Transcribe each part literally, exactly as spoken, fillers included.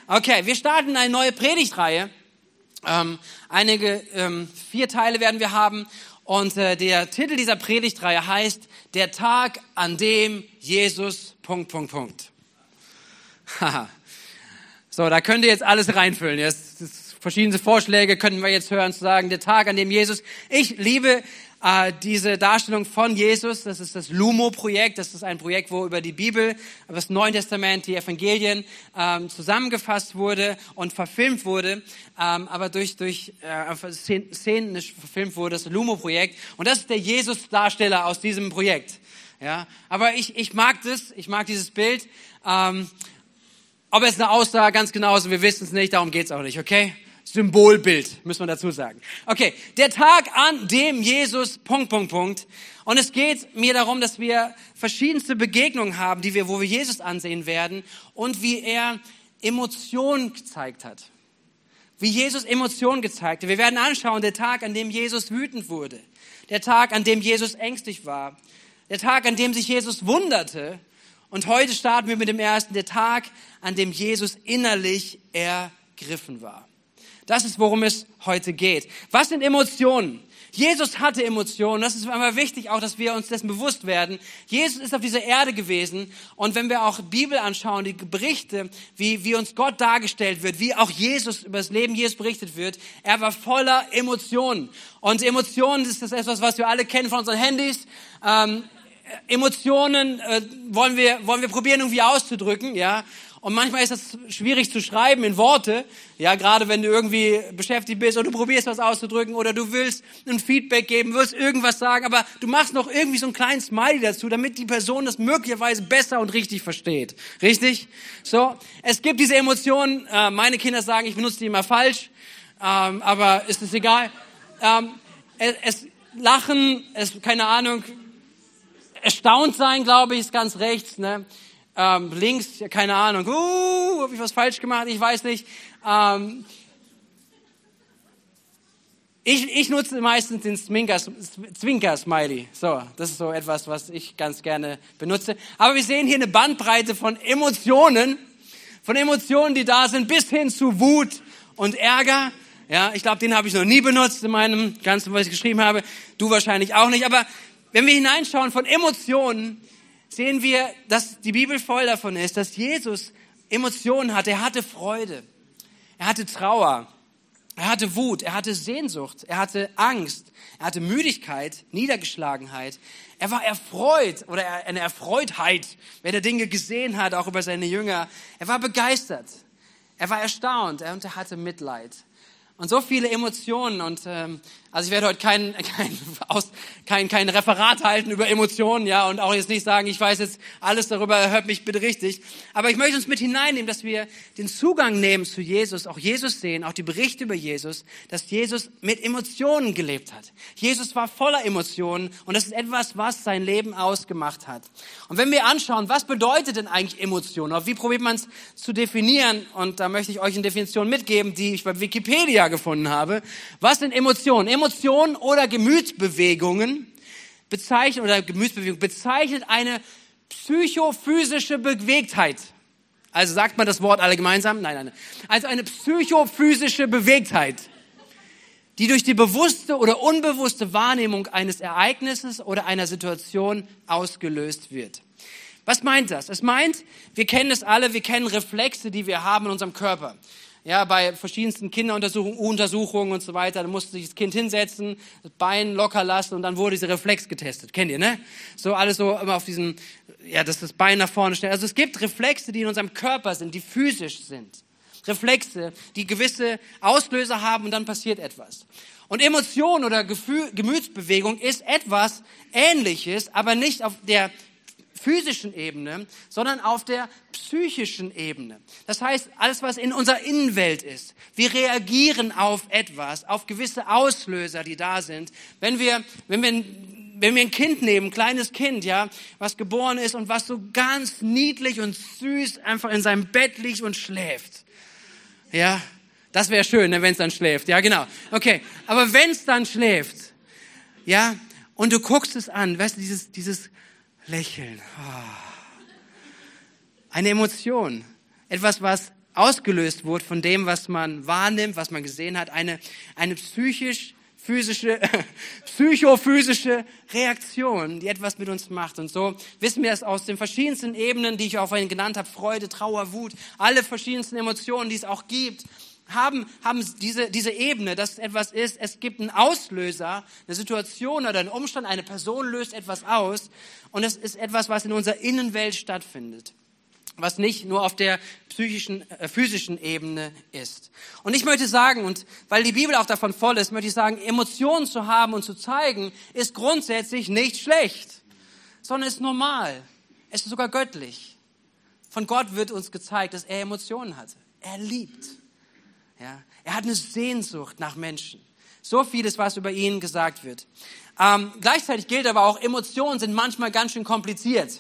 Okay, wir starten eine neue Predigtreihe. Ähm, einige, ähm, vier Teile werden wir haben. Und äh, der Titel dieser Predigtreihe heißt, der Tag, an dem Jesus... Punkt, Punkt, Punkt. Haha. So, da könnt ihr jetzt alles reinfüllen. Jetzt, das, verschiedene Vorschläge könnten wir jetzt hören, zu sagen, der Tag, an dem Jesus... Ich liebe äh, diese Darstellung von Jesus. Das ist das Lumo-Projekt. Das ist ein Projekt, wo über die Bibel, über das Neue Testament, die Evangelien ähm, zusammengefasst wurde und verfilmt wurde. Ähm, aber durch, durch äh, szenisch verfilmt wurde, das Lumo-Projekt. Und das ist der Jesus-Darsteller aus diesem Projekt. Ja, aber ich, ich mag das. Ich mag dieses Bild. Ähm, Ob es eine Aussage ganz genau ist, wir wissen es nicht, darum geht's auch nicht, okay? Symbolbild, müssen wir dazu sagen. Okay, der Tag, an dem Jesus, Punkt, Punkt, Punkt. Und es geht mir darum, dass wir verschiedenste Begegnungen haben, die wir, wo wir Jesus ansehen werden und wie er Emotionen gezeigt hat. Wie Jesus Emotionen gezeigt hat. Wir werden anschauen, der Tag, an dem Jesus wütend wurde. Der Tag, an dem Jesus ängstlich war. Der Tag, an dem sich Jesus wunderte. Und heute starten wir mit dem ersten, der Tag, an dem Jesus innerlich ergriffen war. Das ist, worum es heute geht. Was sind Emotionen? Jesus hatte Emotionen. Das ist einmal wichtig, auch, dass wir uns dessen bewusst werden. Jesus ist auf dieser Erde gewesen. Und wenn wir auch Bibel anschauen, die Berichte, wie, wie uns Gott dargestellt wird, wie auch Jesus, über das Leben Jesus berichtet wird, er war voller Emotionen. Und Emotionen, das ist etwas, was wir alle kennen von unseren Handys. Ähm, Emotionen äh, wollen wir wollen wir probieren irgendwie auszudrücken, ja. Und manchmal ist das schwierig zu schreiben in Worte, ja, gerade wenn du irgendwie beschäftigt bist oder du probierst was auszudrücken oder du willst ein Feedback geben, willst irgendwas sagen, aber du machst noch irgendwie so einen kleinen Smiley dazu, damit die Person das möglicherweise besser und richtig versteht. Richtig? So, es gibt diese Emotionen, äh, meine Kinder sagen, ich benutze die immer falsch, ähm, aber ist es egal. Ähm, es, es Lachen, es keine Ahnung, erstaunt sein, glaube ich, ist ganz rechts, ne? Ähm, links, ja, keine Ahnung, uh, habe ich was falsch gemacht, ich weiß nicht. Ähm, ich, ich nutze meistens den Zwinker-Smiley. So, das ist so etwas, was ich ganz gerne benutze. Aber wir sehen hier eine Bandbreite von Emotionen, von Emotionen, die da sind, bis hin zu Wut und Ärger. Ja, ich glaube, den habe ich noch nie benutzt in meinem Ganzen, was ich geschrieben habe. Du wahrscheinlich auch nicht, aber wenn wir hineinschauen von Emotionen, sehen wir, dass die Bibel voll davon ist, dass Jesus Emotionen hatte. Er hatte Freude, er hatte Trauer, er hatte Wut, er hatte Sehnsucht, er hatte Angst, er hatte Müdigkeit, Niedergeschlagenheit. Er war erfreut oder eine Erfreutheit, wenn er Dinge gesehen hat, auch über seine Jünger. Er war begeistert, er war erstaunt und er hatte Mitleid. Und so viele Emotionen und ähm, also ich werde heute kein kein, aus, kein kein Referat halten über Emotionen, ja, und auch jetzt nicht sagen, ich weiß jetzt alles darüber, hört mich bitte richtig. Aber ich möchte uns mit hineinnehmen, dass wir den Zugang nehmen zu Jesus, auch Jesus sehen, auch die Berichte über Jesus, dass Jesus mit Emotionen gelebt hat. Jesus war voller Emotionen und das ist etwas, was sein Leben ausgemacht hat. Und wenn wir anschauen, was bedeutet denn eigentlich Emotionen? Oder wie probiert man es zu definieren? Und da möchte ich euch eine Definition mitgeben, die ich bei Wikipedia gefunden habe. Was sind Emotionen? Emotionen oder Gemütsbewegungen bezeichnen oder Gemütsbewegung bezeichnet eine psychophysische Bewegtheit. Also sagt man das Wort alle gemeinsam? Nein, nein. Also eine psychophysische Bewegtheit, die durch die bewusste oder unbewusste Wahrnehmung eines Ereignisses oder einer Situation ausgelöst wird. Was meint das? Es meint, wir kennen es alle, wir kennen Reflexe, die wir haben in unserem Körper. Ja, bei verschiedensten Kinderuntersuchungen, U-Untersuchungen und so weiter, da musste sich das Kind hinsetzen, das Bein locker lassen und dann wurde dieser Reflex getestet. Kennt ihr, ne? So alles so immer auf diesen, ja, dass das Bein nach vorne stellt. Also es gibt Reflexe, die in unserem Körper sind, die physisch sind. Reflexe, die gewisse Auslöser haben und dann passiert etwas. Und Emotion oder Gefühl, Gemütsbewegung ist etwas Ähnliches, aber nicht auf der physischen Ebene, sondern auf der psychischen Ebene. Das heißt, alles, was in unserer Innenwelt ist. Wir reagieren auf etwas, auf gewisse Auslöser, die da sind. Wenn wir, wenn wir, wenn wir ein Kind nehmen, ein kleines Kind, ja, was geboren ist und was so ganz niedlich und süß einfach in seinem Bett liegt und schläft. Ja, das wäre schön, ne, wenn es dann schläft. Ja, genau. Okay, aber wenn es dann schläft, ja, und du guckst es an, weißt du, dieses, dieses Lächeln. Oh. Eine Emotion. Etwas, was ausgelöst wurde von dem, was man wahrnimmt, was man gesehen hat, eine, eine psychisch physische, psychophysische Reaktion, die etwas mit uns macht. Und so wissen wir es aus den verschiedensten Ebenen, die ich auch vorhin genannt habe, Freude, Trauer, Wut, alle verschiedensten Emotionen, die es auch gibt, haben, haben diese, diese Ebene, dass etwas ist, es gibt einen Auslöser, eine Situation oder einen Umstand, eine Person löst etwas aus und es ist etwas, was in unserer Innenwelt stattfindet, was nicht nur auf der psychischen, äh, physischen Ebene ist. Und ich möchte sagen, und weil die Bibel auch davon voll ist, möchte ich sagen, Emotionen zu haben und zu zeigen, ist grundsätzlich nicht schlecht, sondern ist normal. Es ist sogar göttlich. Von Gott wird uns gezeigt, dass er Emotionen hatte. Er liebt. Ja, er hat eine Sehnsucht nach Menschen. So vieles, was über ihn gesagt wird. Ähm, gleichzeitig gilt aber auch, Emotionen sind manchmal ganz schön kompliziert.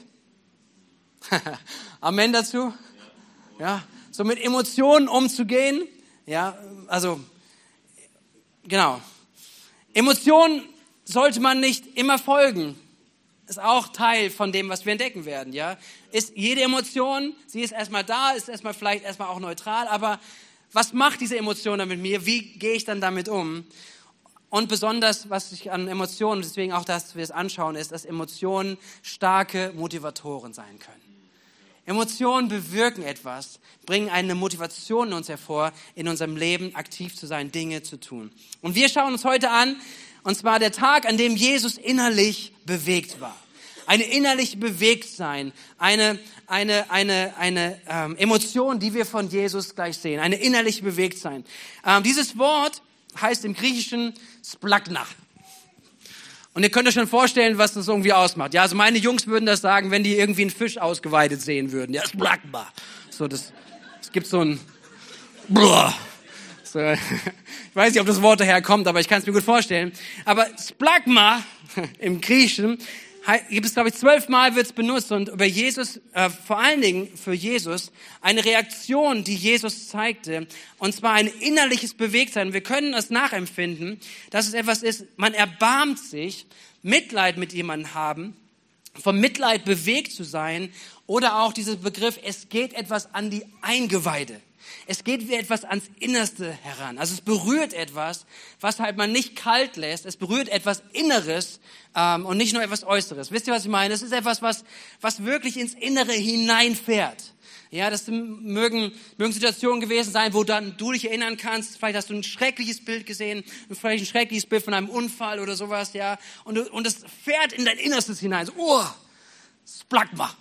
Amen dazu? Ja, so mit Emotionen umzugehen. Ja, also, genau. Emotionen sollte man nicht immer folgen. Ist auch Teil von dem, was wir entdecken werden, ja. Ist jede Emotion, sie ist erstmal da, ist erstmal vielleicht erstmal auch neutral, aber was macht diese Emotion dann mit mir? Wie gehe ich dann damit um? Und besonders, was ich an Emotionen, deswegen auch, dass wir es anschauen, ist, dass Emotionen starke Motivatoren sein können. Emotionen bewirken etwas, bringen eine Motivation in uns hervor, in unserem Leben aktiv zu sein, Dinge zu tun. Und wir schauen uns heute an, und zwar der Tag, an dem Jesus innerlich bewegt war. Eine innerliche Bewegtsein, eine, eine, eine, eine ähm, Emotion, die wir von Jesus gleich sehen, eine innerliche Bewegtsein. Ähm, dieses Wort heißt im Griechischen splagna. Und ihr könnt euch schon vorstellen, was das irgendwie ausmacht. Ja, also meine Jungs würden das sagen, wenn die irgendwie einen Fisch ausgeweidet sehen würden. Ja, splagma. So, das, es gibt so ein, so, ich weiß nicht, ob das Wort daher kommt, aber ich kann es mir gut vorstellen. Aber splagma im Griechischen gibt es, glaube ich, zwölfmal wird es benutzt und über Jesus, äh, vor allen Dingen für Jesus, eine Reaktion, die Jesus zeigte, und zwar ein innerliches Bewegtsein. Wir können es nachempfinden, dass es etwas ist, man erbarmt sich, Mitleid mit jemandem haben, vom Mitleid bewegt zu sein, oder auch dieser Begriff, es geht etwas an die Eingeweide. Es geht wie etwas ans Innerste heran. Also es berührt etwas, was halt man nicht kalt lässt. Es berührt etwas Inneres ähm, und nicht nur etwas Äußeres. Wisst ihr, was ich meine? Es ist etwas, was, was wirklich ins Innere hineinfährt. Ja, das mögen, mögen Situationen gewesen sein, wo dann du dich erinnern kannst. Vielleicht hast du ein schreckliches Bild gesehen, vielleicht ein schreckliches Bild von einem Unfall oder sowas, ja. Und, und es fährt in dein Innerstes hinein. So, oh, splagma.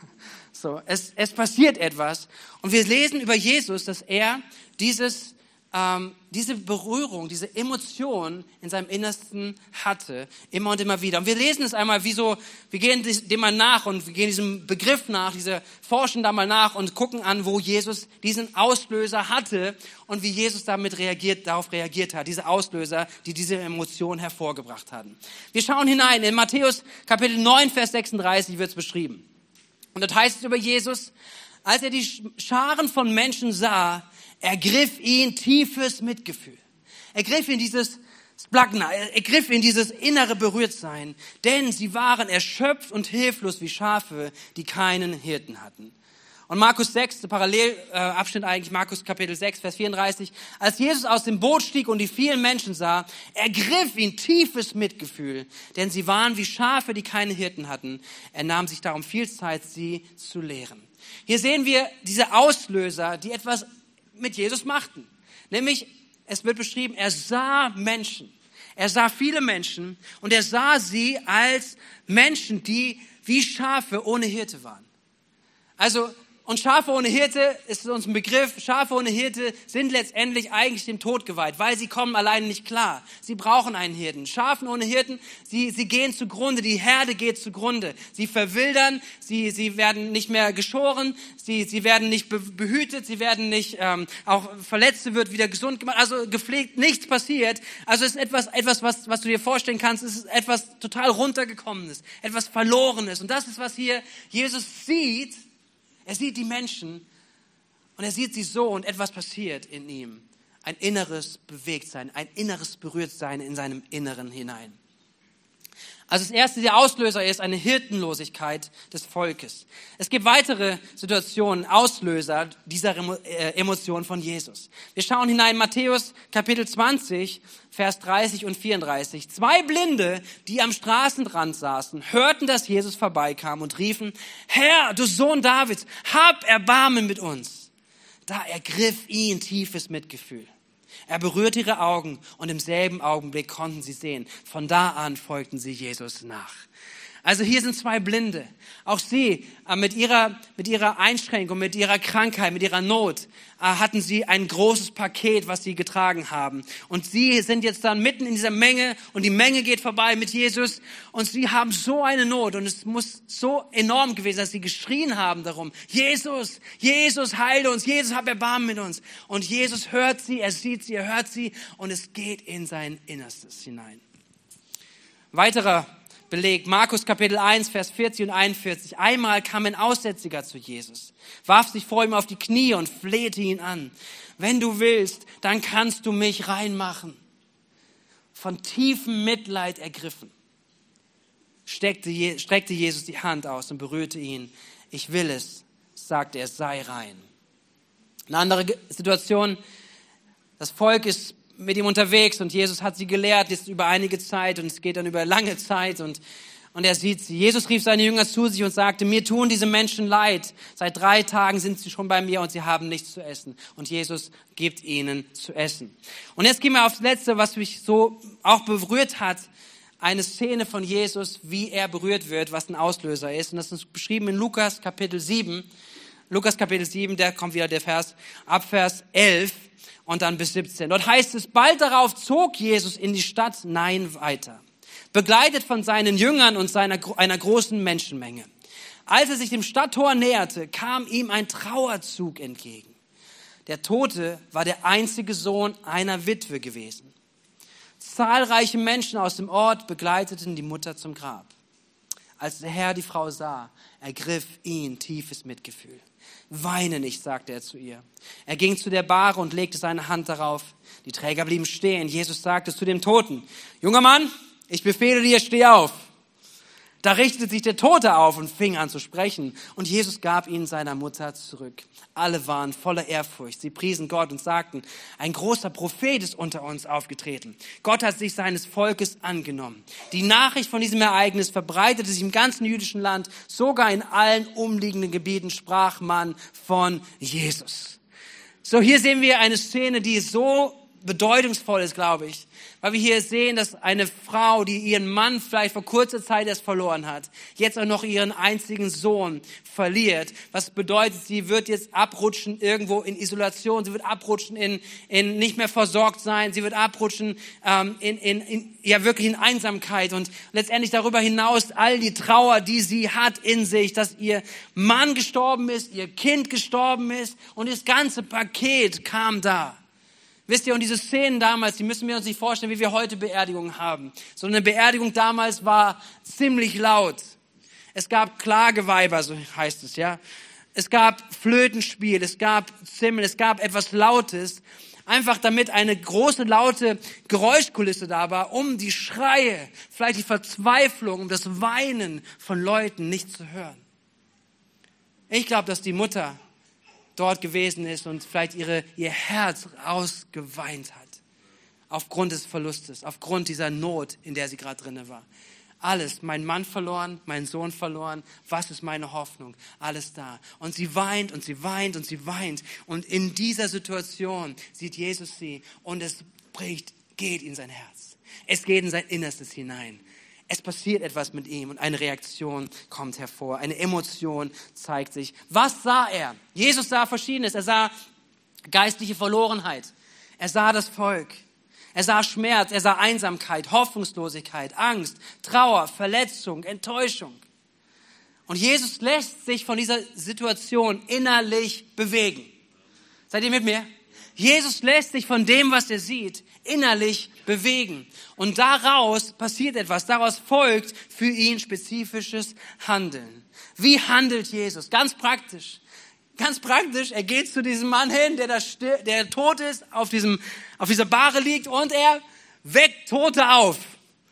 So, es, es passiert etwas. Und wir lesen über Jesus, dass er dieses, ähm, diese Berührung, diese Emotion in seinem Innersten hatte, immer und immer wieder. Und wir lesen es einmal, wie so, wir gehen dem mal nach und wir gehen diesem Begriff nach, diese forschen da mal nach und gucken an, wo Jesus diesen Auslöser hatte und wie Jesus damit reagiert, darauf reagiert hat. Diese Auslöser, die diese Emotion hervorgebracht hatten. Wir schauen hinein. In Matthäus Kapitel neun, Vers sechsunddreißig wird es beschrieben. Und das heißt es über Jesus, als er die Scharen von Menschen sah, ergriff ihn tiefes Mitgefühl. Er griff in dieses Splagna, er griff in dieses innere Berührtsein, denn sie waren erschöpft und hilflos wie Schafe, die keinen Hirten hatten. Und Markus sechs, der Parallelabschnitt eigentlich, Markus Kapitel sechs, Vers vierunddreißig, als Jesus aus dem Boot stieg und die vielen Menschen sah, ergriff ihn tiefes Mitgefühl, denn sie waren wie Schafe, die keine Hirten hatten. Er nahm sich darum viel Zeit, sie zu lehren. Hier sehen wir diese Auslöser, die etwas mit Jesus machten. Nämlich, es wird beschrieben, er sah Menschen. Er sah viele Menschen und er sah sie als Menschen, die wie Schafe ohne Hirte waren. Also, und Schafe ohne Hirte ist uns ein Begriff. Schafe ohne Hirte sind letztendlich eigentlich dem Tod geweiht, weil sie kommen alleine nicht klar. Sie brauchen einen Hirten. Schafen ohne Hirten, sie, sie gehen zugrunde, die Herde geht zugrunde. Sie verwildern, sie, sie werden nicht mehr geschoren, sie, sie werden nicht be- behütet, sie werden nicht, ähm, auch Verletzte wird wieder gesund gemacht, also gepflegt, nichts passiert. Also es ist etwas, etwas was, was du dir vorstellen kannst, es ist etwas total runtergekommenes, etwas Verlorenes. Und das ist, was hier Jesus sieht. Er sieht die Menschen und er sieht sie so und etwas passiert in ihm. Ein inneres Bewegtsein, ein inneres Berührtsein in seinem Inneren hinein. Also das erste, der Auslöser ist eine Hirtenlosigkeit des Volkes. Es gibt weitere Situationen, Auslöser dieser Emotion von Jesus. Wir schauen hinein in Matthäus Kapitel zwanzig, Vers dreißig und vierunddreißig. Zwei Blinde, die am Straßenrand saßen, hörten, dass Jesus vorbeikam und riefen, Herr, du Sohn Davids, hab Erbarmen mit uns. Da ergriff ihn tiefes Mitgefühl. Er berührte ihre Augen und im selben Augenblick konnten sie sehen. Von da an folgten sie Jesus nach. Also hier sind zwei Blinde. Auch sie äh, mit ihrer, mit ihrer Einschränkung, mit ihrer Krankheit, mit ihrer Not äh, hatten sie ein großes Paket, was sie getragen haben. Und sie sind jetzt dann mitten in dieser Menge und die Menge geht vorbei mit Jesus und sie haben so eine Not und es muss so enorm gewesen sein, dass sie geschrien haben darum, Jesus, Jesus, heile uns, Jesus, hab Erbarmen mit uns. Und Jesus hört sie, er sieht sie, er hört sie und es geht in sein Innerstes hinein. Weiterer Beleg, Markus Kapitel eins, Vers vierzig und einundvierzig. Einmal kam ein Aussätziger zu Jesus, warf sich vor ihm auf die Knie und flehte ihn an. Wenn du willst, dann kannst du mich reinmachen. Von tiefem Mitleid ergriffen, steckte, streckte Jesus die Hand aus und berührte ihn. Ich will es, sagte er, sei rein. Eine andere Situation, das Volk ist mit ihm unterwegs und Jesus hat sie gelehrt, jetzt über einige Zeit und es geht dann über lange Zeit und, und er sieht sie. Jesus rief seine Jünger zu sich und sagte, mir tun diese Menschen leid. Seit drei Tagen sind sie schon bei mir und sie haben nichts zu essen. Und Jesus gibt ihnen zu essen. Und jetzt gehen wir aufs Letzte, was mich so auch berührt hat. Eine Szene von Jesus, wie er berührt wird, was ein Auslöser ist. Und das ist beschrieben in Lukas Kapitel sieben. Lukas Kapitel sieben, da kommt wieder der Vers, ab Vers elf. Und dann bis siebzehn. Dort heißt es, bald darauf zog Jesus in die Stadt Nain weiter, begleitet von seinen Jüngern und seiner, einer großen Menschenmenge. Als er sich dem Stadttor näherte, kam ihm ein Trauerzug entgegen. Der Tote war der einzige Sohn einer Witwe gewesen. Zahlreiche Menschen aus dem Ort begleiteten die Mutter zum Grab. Als der Herr die Frau sah, ergriff ihn tiefes Mitgefühl. Weine nicht, sagte er zu ihr. Er ging zu der Bahre und legte seine Hand darauf. Die Träger blieben stehen. Jesus sagte zu dem Toten, junger Mann, ich befehle dir, steh auf. Da richtete sich der Tote auf und fing an zu sprechen. Und Jesus gab ihn seiner Mutter zurück. Alle waren voller Ehrfurcht. Sie priesen Gott und sagten, ein großer Prophet ist unter uns aufgetreten. Gott hat sich seines Volkes angenommen. Die Nachricht von diesem Ereignis verbreitete sich im ganzen jüdischen Land. Sogar in allen umliegenden Gebieten sprach man von Jesus. So, hier sehen wir eine Szene, die so bedeutungsvoll ist, glaube ich. Weil wir hier sehen, dass eine Frau, die ihren Mann vielleicht vor kurzer Zeit erst verloren hat, jetzt auch noch ihren einzigen Sohn verliert. Was bedeutet, sie wird jetzt abrutschen irgendwo in Isolation, sie wird abrutschen in, in nicht mehr versorgt sein, sie wird abrutschen ähm, in, in, in, ja wirklich in Einsamkeit und letztendlich darüber hinaus all die Trauer, die sie hat in sich, dass ihr Mann gestorben ist, ihr Kind gestorben ist und das ganze Paket kam da. Wisst ihr, und diese Szenen damals, die müssen wir uns nicht vorstellen, wie wir heute Beerdigungen haben. So eine Beerdigung damals war ziemlich laut. Es gab Klageweiber, so heißt es, ja. Es gab Flötenspiel, es gab Zimmel, es gab etwas Lautes. Einfach damit eine große, laute Geräuschkulisse da war, um die Schreie, vielleicht die Verzweiflung, um das Weinen von Leuten nicht zu hören. Ich glaube, dass die Mutter dort gewesen ist und vielleicht ihre, ihr Herz rausgeweint hat. Aufgrund des Verlustes, aufgrund dieser Not, in der sie gerade drinne war. Alles, mein Mann verloren, mein Sohn verloren, was ist meine Hoffnung? Alles da. Und sie weint und sie weint und sie weint. Und in dieser Situation sieht Jesus sie und es bricht, geht in sein Herz. Es geht in sein Innerstes hinein. Es passiert etwas mit ihm und eine Reaktion kommt hervor. Eine Emotion zeigt sich. Was sah er? Jesus sah Verschiedenes. Er sah geistliche Verlorenheit. Er sah das Volk. Er sah Schmerz. Er sah Einsamkeit, Hoffnungslosigkeit, Angst, Trauer, Verletzung, Enttäuschung. Und Jesus lässt sich von dieser Situation innerlich bewegen. Seid ihr mit mir? Jesus lässt sich von dem, was er sieht, innerlich bewegen. Und daraus passiert etwas. Daraus folgt für ihn spezifisches Handeln. Wie handelt Jesus? Ganz praktisch. Ganz praktisch. Er geht zu diesem Mann hin, der, da sti- der tot ist, auf, diesem, auf dieser Bahre liegt und er weckt Tote auf.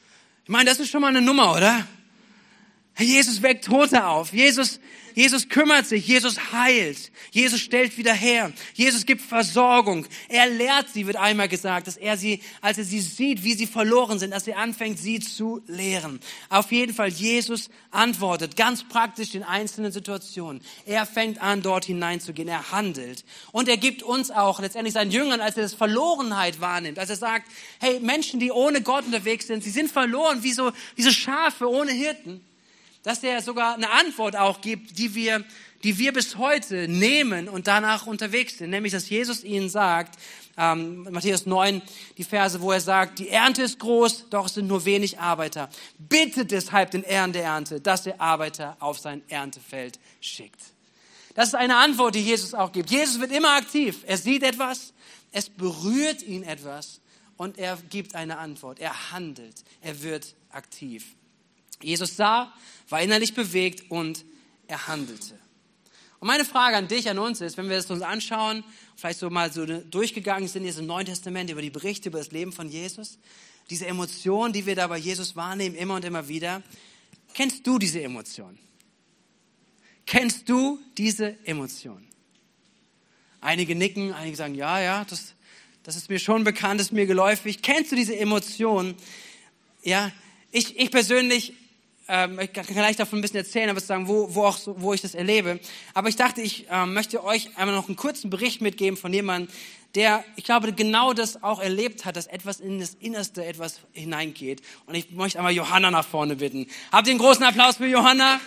Ich meine, das ist schon mal eine Nummer, oder? Jesus weckt Tote auf. Jesus, Jesus kümmert sich. Jesus heilt. Jesus stellt wieder her. Jesus gibt Versorgung. Er lehrt sie, wird einmal gesagt, dass er sie, als er sie sieht, wie sie verloren sind, dass er anfängt, sie zu lehren. Auf jeden Fall, Jesus antwortet ganz praktisch in einzelnen Situationen. Er fängt an, dort hineinzugehen. Er handelt. Und er gibt uns auch letztendlich seinen Jüngern, als er das Verlorenheit wahrnimmt, als er sagt, hey, Menschen, die ohne Gott unterwegs sind, sie sind verloren, wie so, wie so Schafe ohne Hirten. Dass er sogar eine Antwort auch gibt, die wir, die wir bis heute nehmen und danach unterwegs sind. Nämlich, dass Jesus ihnen sagt, ähm, Matthäus neun, die Verse, wo er sagt, die Ernte ist groß, doch es sind nur wenig Arbeiter. Bittet deshalb den Herrn der Ernte, dass er Arbeiter auf sein Erntefeld schickt. Das ist eine Antwort, die Jesus auch gibt. Jesus wird immer aktiv. Er sieht etwas, es berührt ihn etwas und er gibt eine Antwort. Er handelt, er wird aktiv. Jesus sah, war innerlich bewegt und er handelte. Und meine Frage an dich, an uns ist, wenn wir es uns anschauen, vielleicht so mal so durchgegangen sind jetzt im Neuen Testament über die Berichte über das Leben von Jesus, diese Emotionen, die wir da bei Jesus wahrnehmen, immer und immer wieder. Kennst du diese Emotion? Kennst du diese Emotion? Einige nicken, einige sagen, ja, ja, das, das ist mir schon bekannt, das ist mir geläufig. Kennst du diese Emotion? Ja, ich, ich persönlich, ähm, ich kann gleich davon ein bisschen erzählen, aber sagen, wo, wo, auch so, wo ich das erlebe. Aber ich dachte, ich ähm, möchte euch einmal noch einen kurzen Bericht mitgeben von jemandem, der, ich glaube, genau das auch erlebt hat, dass etwas in das Innerste etwas hineingeht. Und ich möchte einmal Johanna nach vorne bitten. Habt ihr einen großen Applaus für Johanna?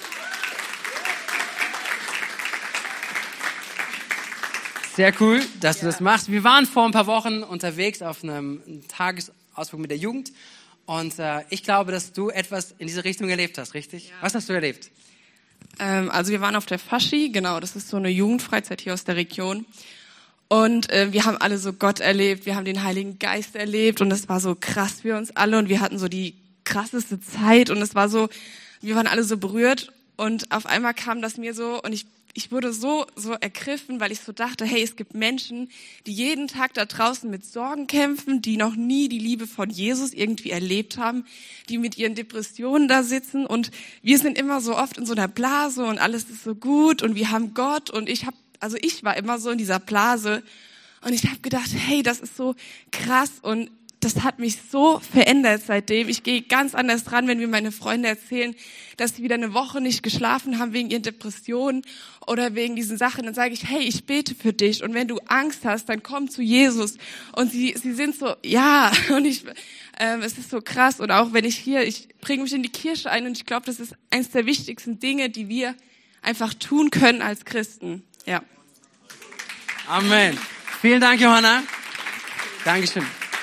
Sehr cool, dass du das machst. Wir waren vor ein paar Wochen unterwegs auf einem Tagesausflug mit der Jugend. Und äh, ich glaube, dass du etwas in diese Richtung erlebt hast, richtig? Ja. Was hast du erlebt? Ähm, also wir waren auf der Faschi, genau, das ist so eine Jugendfreizeit hier aus der Region. Und äh, wir haben alle so Gott erlebt, wir haben den Heiligen Geist erlebt und es war so krass für uns alle und wir hatten so die krasseste Zeit und es war so, wir waren alle so berührt und auf einmal kam das mir so und ich Ich wurde so, so ergriffen, weil ich so dachte, hey, es gibt Menschen, die jeden Tag da draußen mit Sorgen kämpfen, die noch nie die Liebe von Jesus irgendwie erlebt haben, die mit ihren Depressionen da sitzen und wir sind immer so oft in so einer Blase und alles ist so gut und wir haben Gott und ich habe, also ich war immer so in dieser Blase und ich habe gedacht, hey, das ist so krass und das hat mich so verändert seitdem. Ich gehe ganz anders dran, wenn mir meine Freunde erzählen, dass sie wieder eine Woche nicht geschlafen haben wegen ihren Depressionen oder wegen diesen Sachen. Dann sage ich, hey, ich bete für dich. Und wenn du Angst hast, dann komm zu Jesus. Und sie, sie sind so, ja. Und ich, ähm, es ist so krass. Und auch wenn ich hier, ich bringe mich in die Kirche ein und ich glaube, das ist eines der wichtigsten Dinge, die wir einfach tun können als Christen. Ja. Amen. Vielen Dank, Johanna. Dankeschön.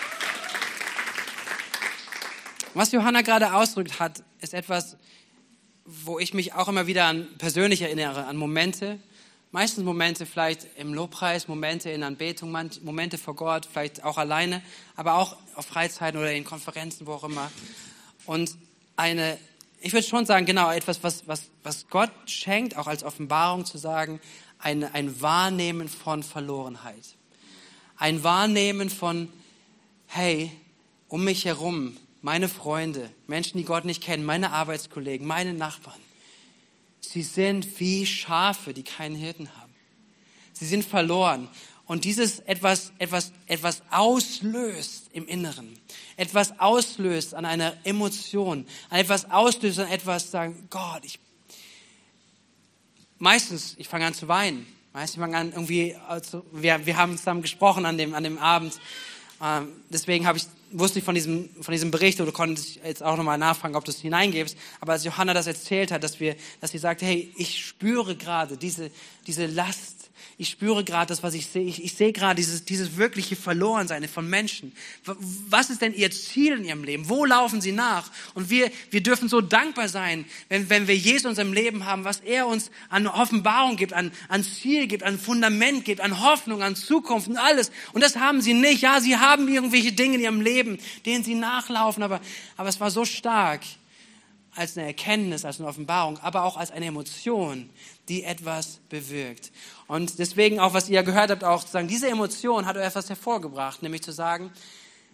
Was Johanna gerade ausdrückt hat, ist etwas, wo ich mich auch immer wieder an persönlich erinnere, an Momente, meistens Momente vielleicht im Lobpreis, Momente in Anbetung, Momente vor Gott, vielleicht auch alleine, aber auch auf Freizeiten oder in Konferenzen, wo auch immer. Und eine, ich würde schon sagen, genau, etwas, was, was, was Gott schenkt, auch als Offenbarung zu sagen, ein, ein Wahrnehmen von Verlorenheit. Ein Wahrnehmen von, hey, um mich herum, meine Freunde, Menschen, die Gott nicht kennen, meine Arbeitskollegen, meine Nachbarn, sie sind wie Schafe, die keinen Hirten haben. Sie sind verloren. Und dieses etwas, etwas, etwas auslöst im Inneren, etwas auslöst an einer Emotion, an etwas auslöst an etwas, sagen, Gott, ich, meistens, ich fange an zu weinen. Meistens fange an irgendwie, also wir, wir haben zusammen gesprochen an dem, an dem Abend. Ähm, deswegen habe ich wusste ich von diesem, von diesem Bericht oder konnte ich jetzt auch nochmal nachfragen, ob du es hineingibst. Aber als Johanna das erzählt hat, dass wir, dass sie sagt, hey, ich spüre gerade diese, diese Last. Ich spüre gerade das, was ich sehe. Ich, ich sehe gerade dieses, dieses wirkliche Verlorensein von Menschen. Was ist denn ihr Ziel in ihrem Leben? Wo laufen sie nach? Und wir, wir dürfen so dankbar sein, wenn, wenn wir Jesus in unserem Leben haben, was er uns an Offenbarung gibt, an, an Ziel gibt, an Fundament gibt, an Hoffnung, an Zukunft und alles. Und das haben sie nicht. Ja, sie haben irgendwelche Dinge in ihrem Leben, denen sie nachlaufen. Aber, aber es war so stark als eine Erkenntnis, als eine Offenbarung, aber auch als eine Emotion, die etwas bewirkt. Und deswegen auch, was ihr gehört habt, auch zu sagen, diese Emotion hat etwas hervorgebracht, nämlich zu sagen,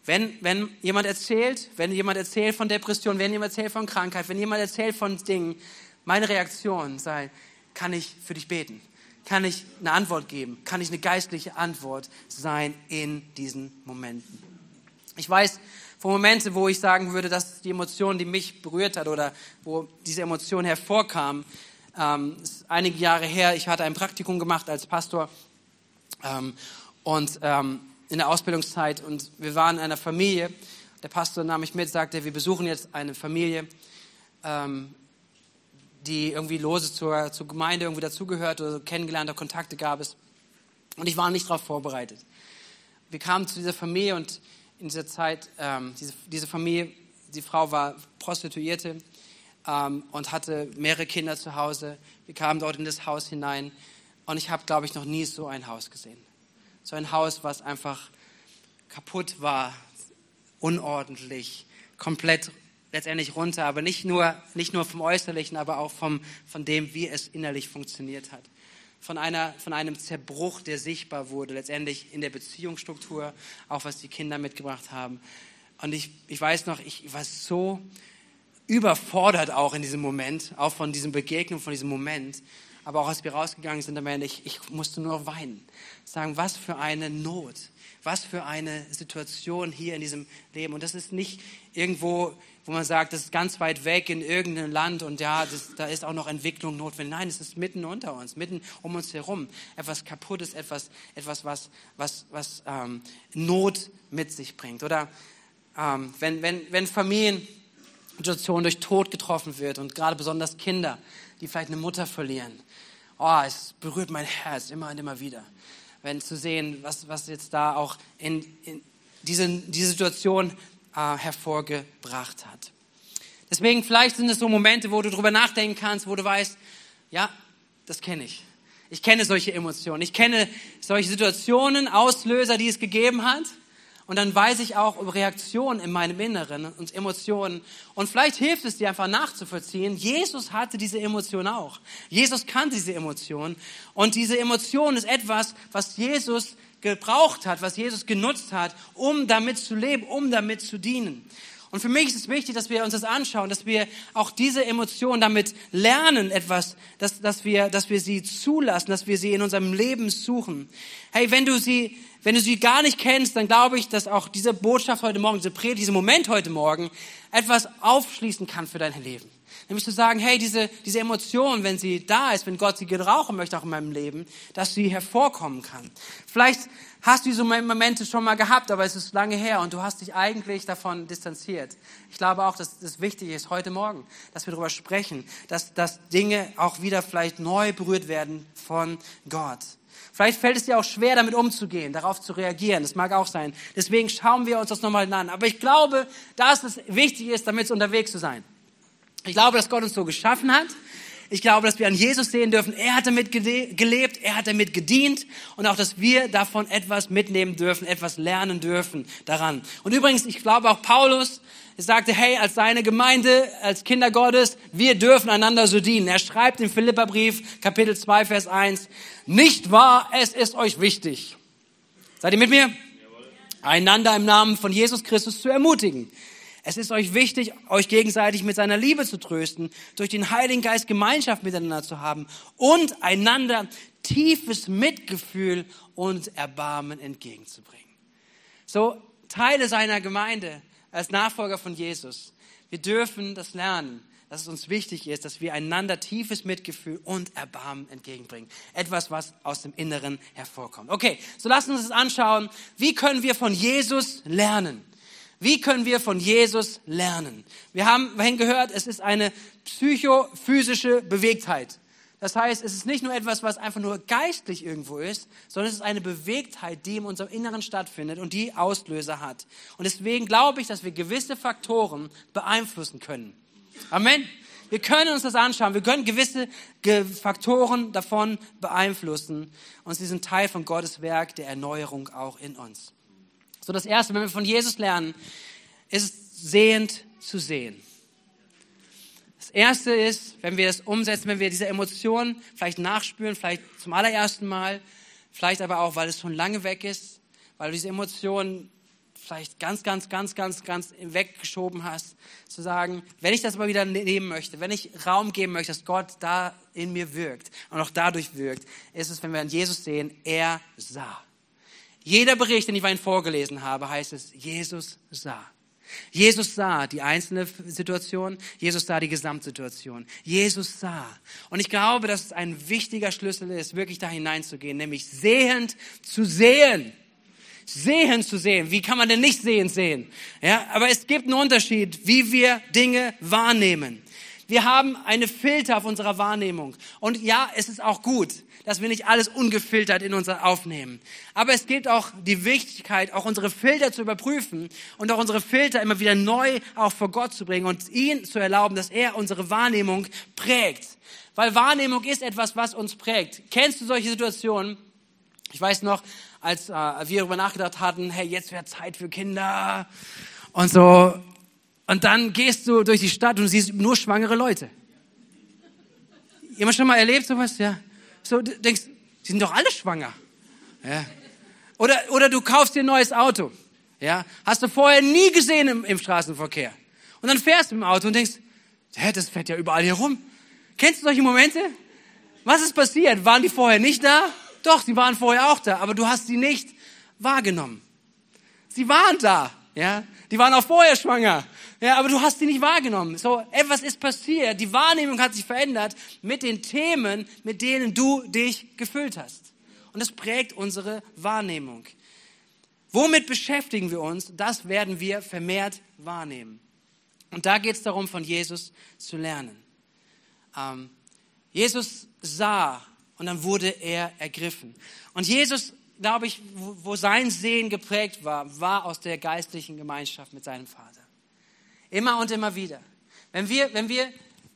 Wenn, wenn jemand erzählt, wenn jemand erzählt von Depression, wenn jemand erzählt von Krankheit, wenn jemand erzählt von Dingen, meine Reaktion sei, kann ich für dich beten? Kann ich eine Antwort geben? Kann ich eine geistliche Antwort sein in diesen Momenten? Ich weiß von Momenten, wo ich sagen würde, dass die Emotion, die mich berührt hat oder wo diese Emotion hervorkam, ähm, ist einige Jahre her. Ich hatte ein Praktikum gemacht als Pastor ähm, und ähm, in der Ausbildungszeit und wir waren in einer Familie. Der Pastor nahm mich mit, sagte, wir besuchen jetzt eine Familie, ähm, die irgendwie lose zur, zur Gemeinde irgendwie dazugehört oder kennengelernte Kontakte gab es. Und ich war nicht darauf vorbereitet. Wir kamen zu dieser Familie und in dieser Zeit, ähm, diese, diese Familie, die Frau war Prostituierte ähm, und hatte mehrere Kinder zu Hause. Wir kamen dort in das Haus hinein und ich habe, glaube ich, noch nie so ein Haus gesehen. So ein Haus, was einfach kaputt war, unordentlich, komplett letztendlich runter, aber nicht nur, nicht nur vom Äußerlichen, aber auch vom, von dem, wie es innerlich funktioniert hat. Von, einer, von einem Zerbruch, der sichtbar wurde, letztendlich in der Beziehungsstruktur, auch was die Kinder mitgebracht haben. Und ich, ich weiß noch, ich war so überfordert auch in diesem Moment, auch von diesem Begegnung, von diesem Moment. Aber auch als wir rausgegangen sind am Ende, ich, ich musste nur weinen. Sagen, was für eine Not, was für eine Situation hier in diesem Leben. Und das ist nicht irgendwo, wo man sagt, das ist ganz weit weg in irgendeinem Land und ja, das, da ist auch noch Entwicklung notwendig. Nein, es ist mitten unter uns, mitten um uns herum. Etwas Kaputtes, etwas, etwas was, was, was ähm, Not mit sich bringt. Oder ähm, wenn, wenn, wenn Familiensituationen durch Tod getroffen wird und gerade besonders Kinder, die vielleicht eine Mutter verlieren. Oh, es berührt mein Herz immer und immer wieder. Wenn zu sehen, was, was jetzt da auch in, in diese, diese Situation äh, hervorgebracht hat. Deswegen vielleicht sind es so Momente, wo du drüber nachdenken kannst, wo du weißt, ja, das kenne ich. Ich kenne solche Emotionen. Ich kenne solche Situationen, Auslöser, die es gegeben hat. Und dann weiß ich auch über Reaktionen in meinem Inneren und Emotionen. Und vielleicht hilft es dir einfach nachzuvollziehen. Jesus hatte diese Emotion auch. Jesus kannte diese Emotion. Und diese Emotion ist etwas, was Jesus gebraucht hat, was Jesus genutzt hat, um damit zu leben, um damit zu dienen. Und für mich ist es wichtig, dass wir uns das anschauen, dass wir auch diese Emotionen damit lernen, etwas, dass, dass wir, dass wir sie zulassen, dass wir sie in unserem Leben suchen. Hey, wenn du sie, wenn du sie gar nicht kennst, dann glaube ich, dass auch diese Botschaft heute Morgen, diese Predigt, dieser Moment heute Morgen etwas aufschließen kann für dein Leben. Nämlich zu sagen, hey, diese, diese Emotion, wenn sie da ist, wenn Gott sie gebrauchen möchte auch in meinem Leben, dass sie hervorkommen kann. Vielleicht hast du diese Momente schon mal gehabt, aber es ist lange her und du hast dich eigentlich davon distanziert. Ich glaube auch, dass es wichtig ist heute Morgen, dass wir darüber sprechen, dass, dass Dinge auch wieder vielleicht neu berührt werden von Gott. Vielleicht fällt es dir auch schwer, damit umzugehen, darauf zu reagieren. Das mag auch sein. Deswegen schauen wir uns das nochmal an. Aber ich glaube, dass es wichtig ist, damit unterwegs zu sein. Ich glaube, dass Gott uns so geschaffen hat. Ich glaube, dass wir an Jesus sehen dürfen. Er hat damit gelebt, er hat damit gedient und auch, dass wir davon etwas mitnehmen dürfen, etwas lernen dürfen daran. Und übrigens, ich glaube auch Paulus sagte, hey, als seine Gemeinde, als Kinder Gottes, wir dürfen einander so dienen. Er schreibt im Philipperbrief, Kapitel zwei, Vers eins, nicht wahr, es ist euch wichtig. Seid ihr mit mir? Jawohl. Einander im Namen von Jesus Christus zu ermutigen. Es ist euch wichtig, euch gegenseitig mit seiner Liebe zu trösten, durch den Heiligen Geist Gemeinschaft miteinander zu haben und einander tiefes Mitgefühl und Erbarmen entgegenzubringen. So Teile seiner Gemeinde als Nachfolger von Jesus. Wir dürfen das lernen, dass es uns wichtig ist, dass wir einander tiefes Mitgefühl und Erbarmen entgegenbringen. Etwas, was aus dem Inneren hervorkommt. Okay, so lassen wir uns das anschauen. Wie können wir von Jesus lernen? Wie können wir von Jesus lernen? Wir haben vorhin gehört, es ist eine psychophysische Bewegtheit. Das heißt, es ist nicht nur etwas, was einfach nur geistlich irgendwo ist, sondern es ist eine Bewegtheit, die in unserem Inneren stattfindet und die Auslöser hat. Und deswegen glaube ich, dass wir gewisse Faktoren beeinflussen können. Amen. Wir können uns das anschauen. Wir können gewisse Faktoren davon beeinflussen. Und sie sind Teil von Gottes Werk der Erneuerung auch in uns. So, das Erste, wenn wir von Jesus lernen, ist sehend zu sehen. Das Erste ist, wenn wir das umsetzen, wenn wir diese Emotionen vielleicht nachspüren, vielleicht zum allerersten Mal, vielleicht aber auch, weil es schon lange weg ist, weil du diese Emotionen vielleicht ganz, ganz, ganz, ganz, ganz weggeschoben hast, zu sagen, wenn ich das mal wieder nehmen möchte, wenn ich Raum geben möchte, dass Gott da in mir wirkt und auch dadurch wirkt, ist es, wenn wir an Jesus sehen, er sah. Jeder Bericht, den ich vorhin vorgelesen habe, heißt es, Jesus sah. Jesus sah die einzelne Situation, Jesus sah die Gesamtsituation. Jesus sah. Und ich glaube, dass es ein wichtiger Schlüssel ist, wirklich da hineinzugehen, nämlich sehend zu sehen. Sehend zu sehen. Wie kann man denn nicht sehend sehen? Ja, aber es gibt einen Unterschied, wie wir Dinge wahrnehmen. Wir haben eine Filter auf unserer Wahrnehmung. Und ja, es ist auch gut, dass wir nicht alles ungefiltert in uns aufnehmen. Aber es gibt auch die Wichtigkeit, auch unsere Filter zu überprüfen und auch unsere Filter immer wieder neu auch vor Gott zu bringen und ihn zu erlauben, dass er unsere Wahrnehmung prägt. Weil Wahrnehmung ist etwas, was uns prägt. Kennst du solche Situationen? Ich weiß noch, als äh, wir darüber nachgedacht hatten, hey, jetzt wäre Zeit für Kinder und so. Und dann gehst du durch die Stadt und siehst nur schwangere Leute. Jemand schon mal erlebt sowas? Ja. So, du denkst, die sind doch alle schwanger. Ja. Oder, oder du kaufst dir ein neues Auto. Ja. Hast du vorher nie gesehen im, im Straßenverkehr. Und dann fährst du im Auto und denkst, hä, das fährt ja überall hier rum. Kennst du solche Momente? Was ist passiert? Waren die vorher nicht da? Doch, sie waren vorher auch da, aber du hast sie nicht wahrgenommen. Sie waren da. Ja, die waren auch vorher schwanger. Ja, aber du hast sie nicht wahrgenommen. So, etwas ist passiert. Die Wahrnehmung hat sich verändert mit den Themen, mit denen du dich gefüllt hast. Und das prägt unsere Wahrnehmung. Womit beschäftigen wir uns? Das werden wir vermehrt wahrnehmen. Und da geht es darum, von Jesus zu lernen. Ähm, Jesus sah und dann wurde er ergriffen. Und Jesus, glaube ich, wo, wo sein Sehen geprägt war, war aus der geistlichen Gemeinschaft mit seinem Vater. Immer und immer wieder. Wenn wir, wenn wir,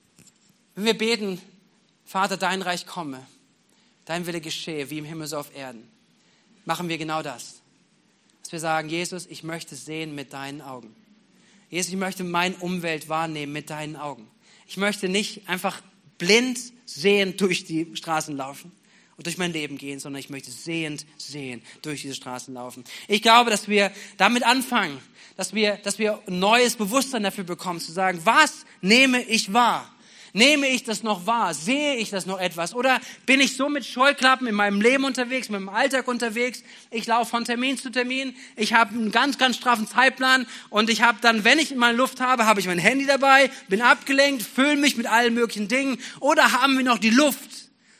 wenn wir beten, Vater, dein Reich komme, dein Wille geschehe, wie im Himmel so auf Erden, machen wir genau das. Dass wir sagen, Jesus, ich möchte sehen mit deinen Augen. Jesus, ich möchte meine Umwelt wahrnehmen mit deinen Augen. Ich möchte nicht einfach blind sehend durch die Straßen laufen und durch mein Leben gehen, sondern ich möchte sehend sehen durch diese Straßen laufen. Ich glaube, dass wir damit anfangen, dass wir, dass wir ein neues Bewusstsein dafür bekommen, zu sagen, was nehme ich wahr? Nehme ich das noch wahr? Sehe ich das noch etwas? Oder bin ich so mit Scheuklappen in meinem Leben unterwegs, mit meinem Alltag unterwegs? Ich laufe von Termin zu Termin. Ich habe einen ganz, ganz straffen Zeitplan. Und ich habe dann, wenn ich mal Luft habe, habe ich mein Handy dabei, bin abgelenkt, fülle mich mit allen möglichen Dingen. Oder haben wir noch die Luft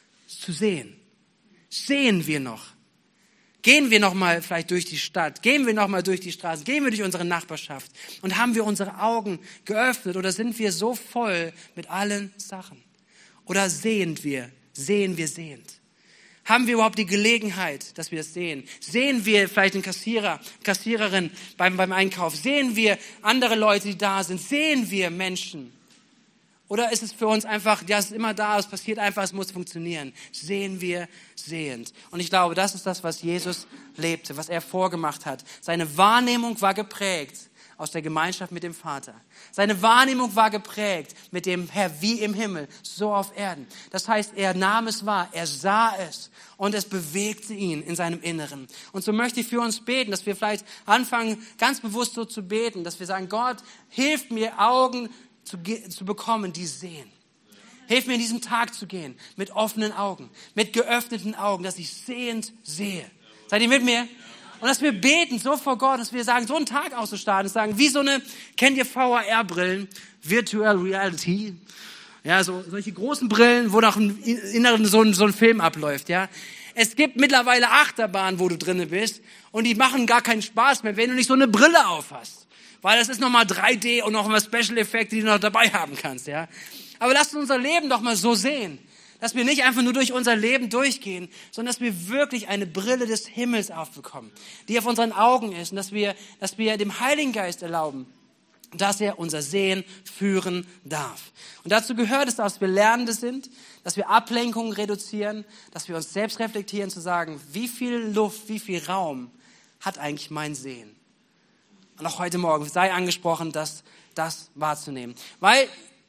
zu sehen? Sehen wir noch? Gehen wir noch mal vielleicht durch die Stadt? Gehen wir noch mal durch die Straßen? Gehen wir durch unsere Nachbarschaft? Und haben wir unsere Augen geöffnet? Oder sind wir so voll mit allen Sachen? Oder sehen wir, sehen wir sehend? Haben wir überhaupt die Gelegenheit, dass wir das sehen? Sehen wir vielleicht einen Kassierer, Kassiererin beim, beim Einkauf? Sehen wir andere Leute, die da sind? Sehen wir Menschen? Oder ist es für uns einfach, ja, es ist immer da, es passiert einfach, es muss funktionieren. Sehen wir sehend. Und ich glaube, das ist das, was Jesus lebte, was er vorgemacht hat. Seine Wahrnehmung war geprägt aus der Gemeinschaft mit dem Vater. Seine Wahrnehmung war geprägt mit dem Herr wie im Himmel, so auf Erden. Das heißt, er nahm es wahr, er sah es und es bewegte ihn in seinem Inneren. Und so möchte ich für uns beten, dass wir vielleicht anfangen, ganz bewusst so zu beten, dass wir sagen, Gott, hilf mir, Augen Zu, zu bekommen, die sehen. Hilf mir in diesem Tag zu gehen, mit offenen Augen, mit geöffneten Augen, dass ich sehend sehe. Seid ihr mit mir? Und dass wir beten so vor Gott, dass wir sagen, so einen Tag auszustarten, sagen, wie so eine, kennt ihr V R R-Brillen, Virtual Reality, ja, so solche großen Brillen, wo nach dem Inneren so ein, so ein Film abläuft, ja. Es gibt mittlerweile Achterbahnen, wo du drinne bist, und die machen gar keinen Spaß mehr, wenn du nicht so eine Brille auf hast. Weil das ist nochmal drei D und nochmal Special-Effekte, die du noch dabei haben kannst, ja. Aber lasst uns unser Leben doch mal so sehen, dass wir nicht einfach nur durch unser Leben durchgehen, sondern dass wir wirklich eine Brille des Himmels aufbekommen, die auf unseren Augen ist, und dass wir, dass wir dem Heiligen Geist erlauben, dass er unser Sehen führen darf. Und dazu gehört es, dass wir Lernende sind, dass wir Ablenkungen reduzieren, dass wir uns selbst reflektieren, zu sagen, wie viel Luft, wie viel Raum hat eigentlich mein Sehen? Und auch heute Morgen sei angesprochen, das, das wahrzunehmen. Weil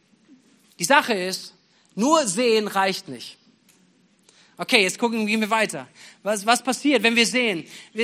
die Sache ist, nur sehen reicht nicht. Okay, jetzt gucken, gehen wir weiter. Was, was passiert, wenn wir sehen? Wir,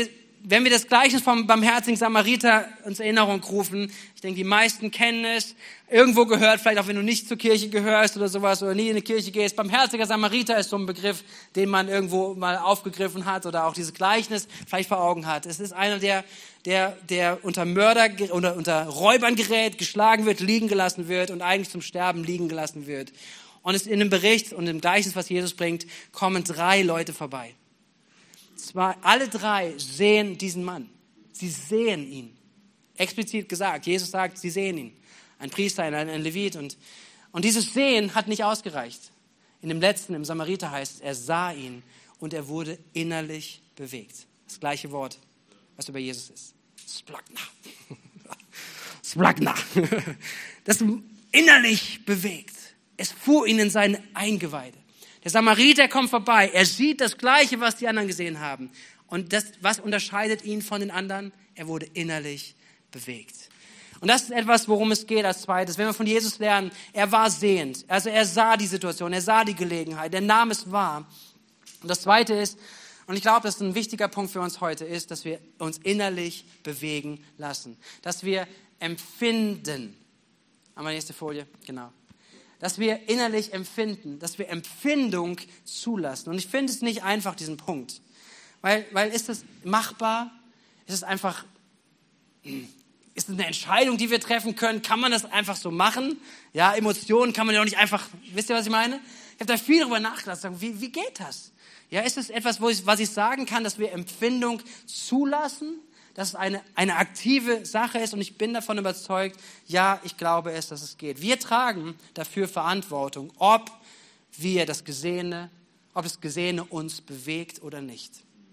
wenn wir das Gleichnis vom barmherzigen Samariter uns in Erinnerung rufen, ich denke, die meisten kennen es, irgendwo gehört, vielleicht auch wenn du nicht zur Kirche gehörst oder sowas oder nie in die Kirche gehst. Barmherziger Samariter ist so ein Begriff, den man irgendwo mal aufgegriffen hat oder auch dieses Gleichnis vielleicht vor Augen hat. Es ist einer, der, der, der unter Mörder oder unter Räubern gerät, geschlagen wird, liegen gelassen wird und eigentlich zum Sterben liegen gelassen wird. Und es in dem Bericht und im Gleichnis, was Jesus bringt, kommen drei Leute vorbei. Zwar, alle drei sehen diesen Mann. Sie sehen ihn. Explizit gesagt. Jesus sagt, sie sehen ihn. Ein Priester, ein, ein Levit. Und, und dieses Sehen hat nicht ausgereicht. In dem letzten, im Samariter heißt es, er sah ihn und er wurde innerlich bewegt. Das gleiche Wort, was über Jesus ist. Splagna. Splagna. Das innerlich bewegt. Es fuhr ihn in seine Eingeweide. Der Samariter kommt vorbei. Er sieht das Gleiche, was die anderen gesehen haben. Und das, was unterscheidet ihn von den anderen? Er wurde innerlich bewegt. Und das ist etwas, worum es geht als zweites. Wenn wir von Jesus lernen, er war sehend. Also er sah die Situation, er sah die Gelegenheit, er nahm es wahr. Und das zweite ist, und ich glaube, das ist ein wichtiger Punkt für uns heute, ist, dass wir uns innerlich bewegen lassen. Dass wir empfinden. Einmal nächste Folie, genau. Dass wir innerlich empfinden, dass wir Empfindung zulassen. Und ich finde es nicht einfach, diesen Punkt. Weil, weil ist es machbar? Ist es einfach, ist es eine Entscheidung, die wir treffen können? Kann man das einfach so machen? Ja, Emotionen kann man ja auch nicht einfach, wisst ihr, was ich meine? Ich habe da viel darüber nachgedacht. Wie, wie geht das? Ja, ist es etwas, wo ich, was ich sagen kann, dass wir Empfindung zulassen? Dass es eine, eine aktive Sache ist und ich bin davon überzeugt, ja, ich glaube es, dass es geht. Wir tragen dafür Verantwortung, ob wir das Gesehene, ob das Gesehene uns bewegt oder nicht.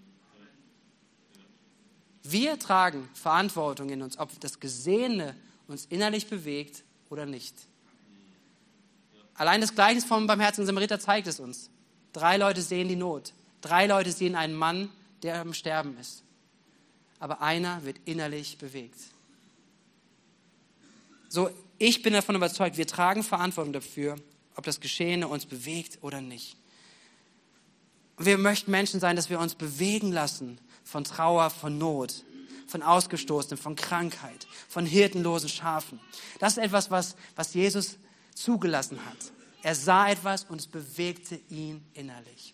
Wir tragen Verantwortung in uns, ob das Gesehene uns innerlich bewegt oder nicht. Allein das Gleichnis vom barmherzigen Samariter zeigt es uns. Drei Leute sehen die Not. Drei Leute sehen einen Mann, der am Sterben ist. Aber einer wird innerlich bewegt. So, ich bin davon überzeugt, wir tragen Verantwortung dafür, ob das Geschehene uns bewegt oder nicht. Und wir möchten Menschen sein, dass wir uns bewegen lassen von Trauer, von Not, von Ausgestoßenen, von Krankheit, von hirtenlosen Schafen. Das ist etwas, was, was Jesus zugelassen hat. Er sah etwas und es bewegte ihn innerlich.